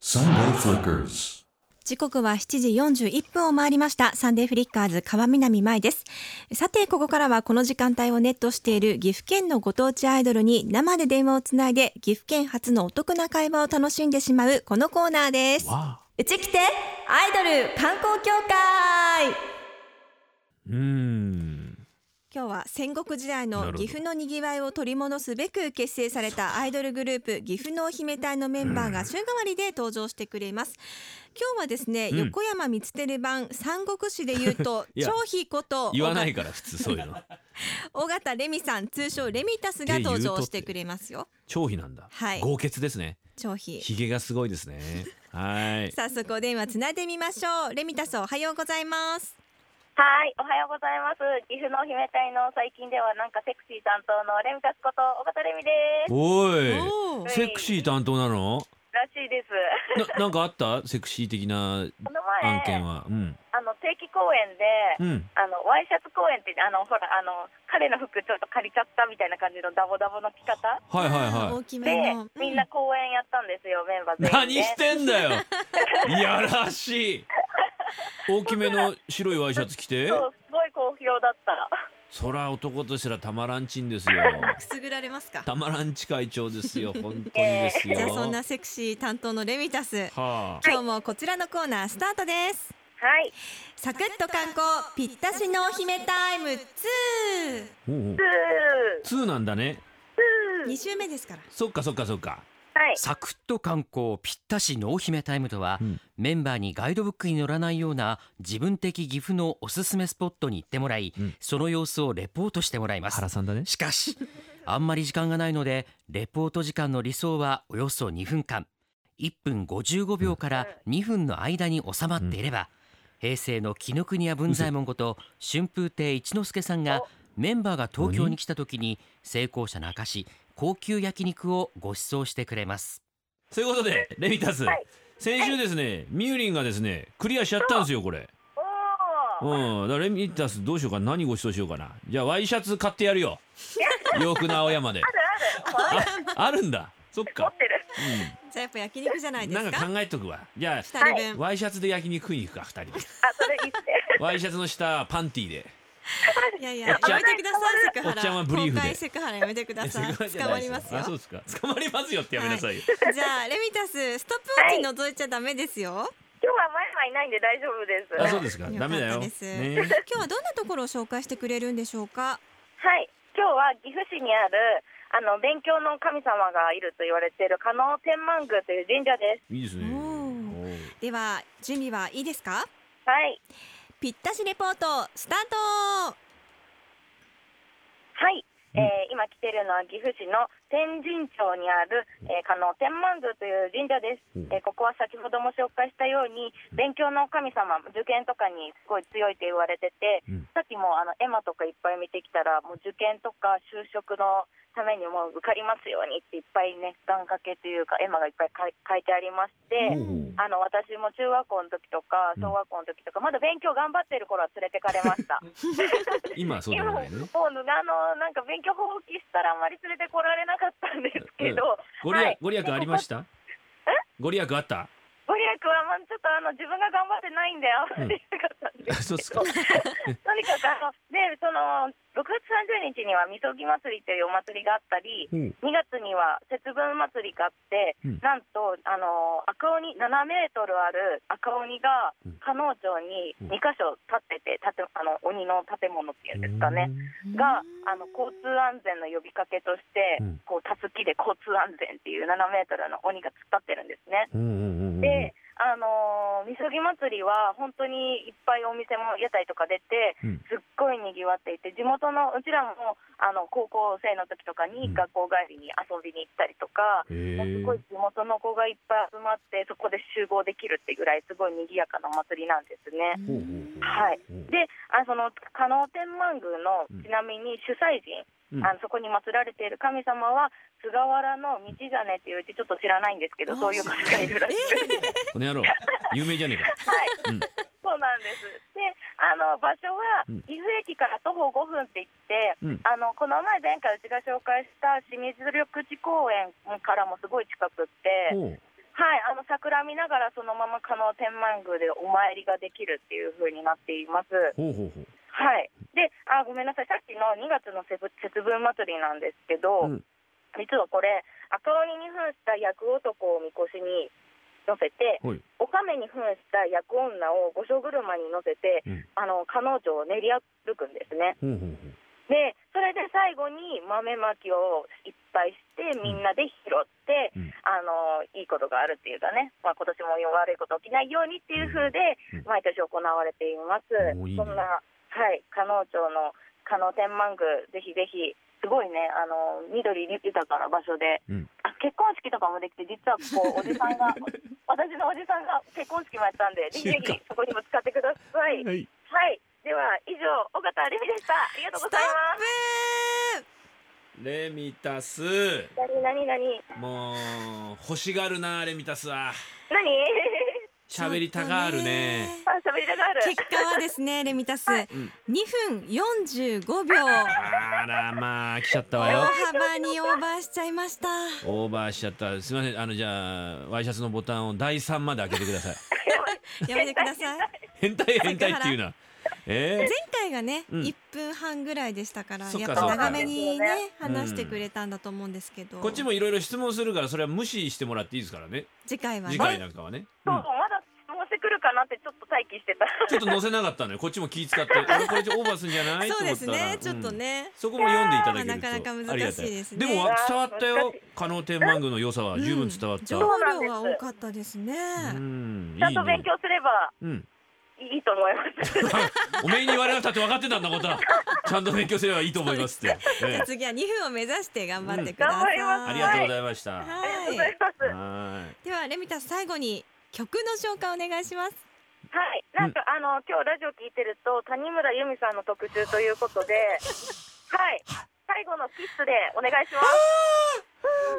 Sunday Flickers。 時刻は7時41分を回りました。サンデーフリッカーズ川南舞です。さて、ここからはこの時間帯をネットしている岐阜県のご当地アイドルに生で電話をつないで岐阜県初のお得な会話を楽しんでしまうこのコーナーです。うち来てアイドル観光協会。今日は戦国時代の岐阜のにぎわいを取り戻すべく結成されたアイドルグループ岐阜のお姫隊のメンバーが週替わりで登場してくれます。今日はですね、横山光輝版三国志で言うと張飛こと言わないから普通そういうの尾形レミさん、通称レミタスが登場してくれますよ。 張飛なんだ、 はい、 豪傑ですね。 張飛、 ひげがすごいですね。はい、 早速お電話つないでみましょう。レミタス、おはようございます。 はい、おはようございます。岐阜のお姫隊の最近ではなんかセクシー担当のレミタスこと尾形レミです。 おい、セクシー担当なのらしいです。 なんかあったセクシー的なこの前案件は、 定期公演で、ワイシャツ公演ってほら彼の服ちょっと借りちゃったみたいな感じのダボダボの着方、 大きめの、 でみんな公演やったんですよ、メンバー全員で。 何してんだよいやらしい大きめの白いワイシャツ着て、 そう、すごい好評だった。 そら男としたらたまらんちんですよくすぐられますか。 たまらんち会長ですよ本当にですよ。 じゃあそんなセクシー担当のレミタス、 は今日もこちらのコーナースタートです。 はい、 サクッと観光ぴったしのお姫タイム2。 2なんだね。 2週目ですから。 そっかそっかそっか。 はい、 サクッと観光ぴったし濃姫タイムとは、メンバーにガイドブックに載らないような自分的岐阜のおすすめスポットに行ってもらい、その様子をレポートしてもらいます。 原さんだね。 しかしあんまり時間がないのでレポート時間の理想はおよそ2分間、1分55秒から2分の間に収まっていれば、平成の紀ノ国屋文左衛門こと春風亭一之輔さんがメンバーが東京に来た時に成功者の証、高級焼肉をご馳走してくれます。 そういうことでレミタス、先週ですね、みゆりんがですねクリアしちゃったんですよこれ。だからレミタスどうしようかな、何ご馳走しようかな。じゃあワイシャツ買ってやるよ洋服の青山で。あるんだ、そっか。 持ってる。 じゃあやっぱ焼肉じゃないですか。 なんか考えとくわ。じゃあ 2人分、 ワイシャツで焼肉食いに行くか、2人で。 それいいっすね。 ワイシャツの下パンティーで。 いやいや、やめてくださいセクハラ。 おっちゃんはブリーフで公開セクハラやめてください。捕まりますよ。 あ、そうですか。捕まりますよってやめなさいよ。 じゃあレミタス、ストップウォッチ覗いちゃダメですよ。 今日は前はいないんで大丈夫です。 あ、そうですか。ダメだよ。 かったです、 ね、 今日はどんなところを紹介してくれるんでしょうか。 はい、今日は岐阜市にある勉強の神様がいると言われている加納天満宮という神社です。 いいですね。 では準備はいいですか。 はい、 ぴったしレポートスタート。 はい、今来ているのは岐阜市の天神町にある、加納天満宮という神社です。ここは先ほども紹介したように勉強の神様、受験とかにすごい強いと言われてて、さっきも絵馬とかいっぱい見てきたら、もう受験とか就職のためにも受かりますようにっていっぱいね、願掛けというか絵馬がいっぱい書いてありまして、私も中学校の時とか小学校の時とか、まだ勉強頑張ってる頃は連れてかれました今はそうでもないね。 もうなんか勉強放棄したらあんまり連れてこられなかったんですけど、 ご利益ありました？ご利益あった？ ご利益はちょっと自分が頑張ってないんであんまりなかったんですそうですか。 とにかくで6月30日にはみそぎ祭りというお祭りがあったり、2月には節分祭りがあって、なんと赤鬼7メートルある赤鬼が加納町に2カ所立ってて、鬼の建物っていうんですかねが交通安全の呼びかけとして、こうたすきで交通安全っていう7メートルの鬼が突っ立ってるんですね。でみそぎ祭りは本当にいっぱいお店も屋台とか出て、すっごいにぎわっていて、地元のうちらも高校生の時とかに学校帰りに遊びに行ったりとか、もうすごい地元の子がいっぱい集まってそこで集合できるってぐらいすごいにぎやかなお祭りなんですね。はい、でその加納天満宮のちなみに主催人、そこに祀られている神様は菅原の道真っていううちちょっと知らないんですけど、そういう方がいるらしいです。 この野郎有名じゃねえか。 はい、そうなんです。で場所は岐阜駅から徒歩5分って言って、この前回うちが紹介した清水緑地公園からもすごい近くって、はい、桜桜見ながらそのまま加納天満宮でお参りができるっていう風になっています。 ほうほうほう。 はい。で、ごめんなさい、さっきの2月の節分祭りなんですけど、実はこれ赤鬼に扮した厄男をみこしに乗せて、お亀に扮した厄女を御所車に乗せて、加納城を練り歩くんですね。で、それで最後に豆まきをいっぱいしてみんなで拾って、いいことがあるっていうかね、今年も悪いこと起きないようにっていう風で毎年行われています。そんな、はい、加納町の加納天満宮、ぜひぜひ、すごいね、緑豊かな場所で、結婚式とかもできて、実はここおじさんが私のおじさんが結婚式もやったんで、ぜひぜひそこにも使ってください。はい、では以上、尾形レミでした。ありがとうございます。 レミタス。 何もう欲しがるな、レミタスは。 何喋りたがあるね。 喋りたがある。 結果はですね、レミタス、2分45秒。 あら、まあ来ちゃったわよ。 大幅にオーバーしちゃいました。 オーバーしちゃった。すみません。じゃあワイシャツのボタンを第3まで開けてください。 やめてください。 変態っていうな。 前回がね、1分半ぐらいでしたから、やっぱ長めにね話してくれたんだと思うんですけど、 こっちもいろいろ質問するから、それは無視してもらっていいですからね。 次回はね。 次回なんかはね。 そう、まだ質問してくるかなってちょっと待機してた。 ちょっと載せなかったのよ。こっちも気使って、これオーバーするんじゃないとそう思ったら。 ですね、ちょっとね。 そこも読んでいただけるとなかなか難しいですね。 でも伝わったよ。加納天満宮の良さは十分伝わった。 情報量が多かったですね。 ちゃんと勉強すれば。いいと思います。 おめえに言われなくたって分かってたんだことは。ちゃんと勉強すればいいと思いますって。 じゃあ次は2分を目指して頑張ってください。 ありがとうございました。 はい。ではレミタス、最後に曲の紹介お願いします。 はい。なんか今日ラジオ聞いてると谷村由美さんの特集ということで、はい。最後のキスでお願いします。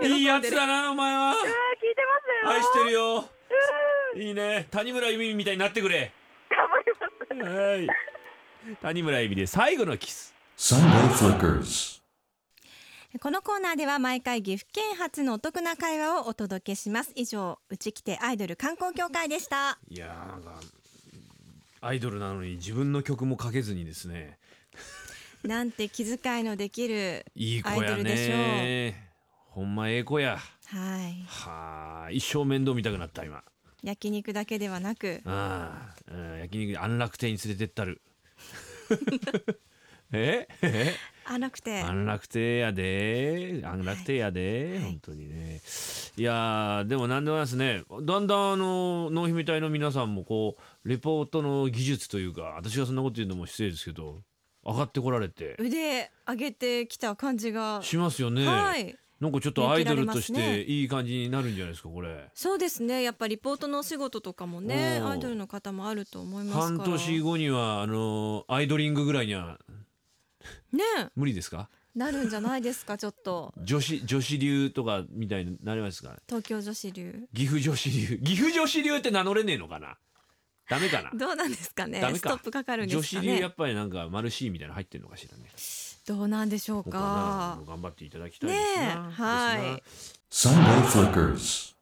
いいやつだな、お前は。 聞いてますよ。 愛してるよ。いいね。谷村由美みたいになってくれ。はい。谷村由美で最後のキス。 Sunday Flickers。このコーナーでは毎回岐阜県発のお得な会話をお届けします。以上、うちきてアイドル観光協会でした。 いやー、なんかアイドルなのに自分の曲もかけずにですね。 なんて気遣いのできるアイドいい子やルでしょう。 ね。ほんまええ子や。 はい。 はあ、一生面倒見たくなった今。 焼肉だけではなく、 焼肉で安楽亭に連れてったる。 安楽亭やで、本当にね。いやでもなんでもないですね。だんだん濃姫隊の皆さんもこうレポートの技術というか、私がそんなこと言うのも失礼ですけど、上がってこられて腕上げてきた感じがしますよね。はい。なんかちょっとアイドルとしていい感じになるんじゃないですか、これ。 そうですね。やっぱリポートのお仕事とかもね、アイドルの方もあると思いますから。 半年後にはアイドリングぐらいにはね無理ですか？ なるんじゃないですか。ちょっと女子流とかみたいになりますか？ 東京女子流、 岐阜女子流って名乗れねえのかな？ダメかな？ どうなんですかね。ストップかかるんですかね。 女子流やっぱりなんかマルシーみたいなの入ってるのかしらね。 どうなんでしょうか。 頑張っていただきたいですね。 はい。 Sunday Flickers。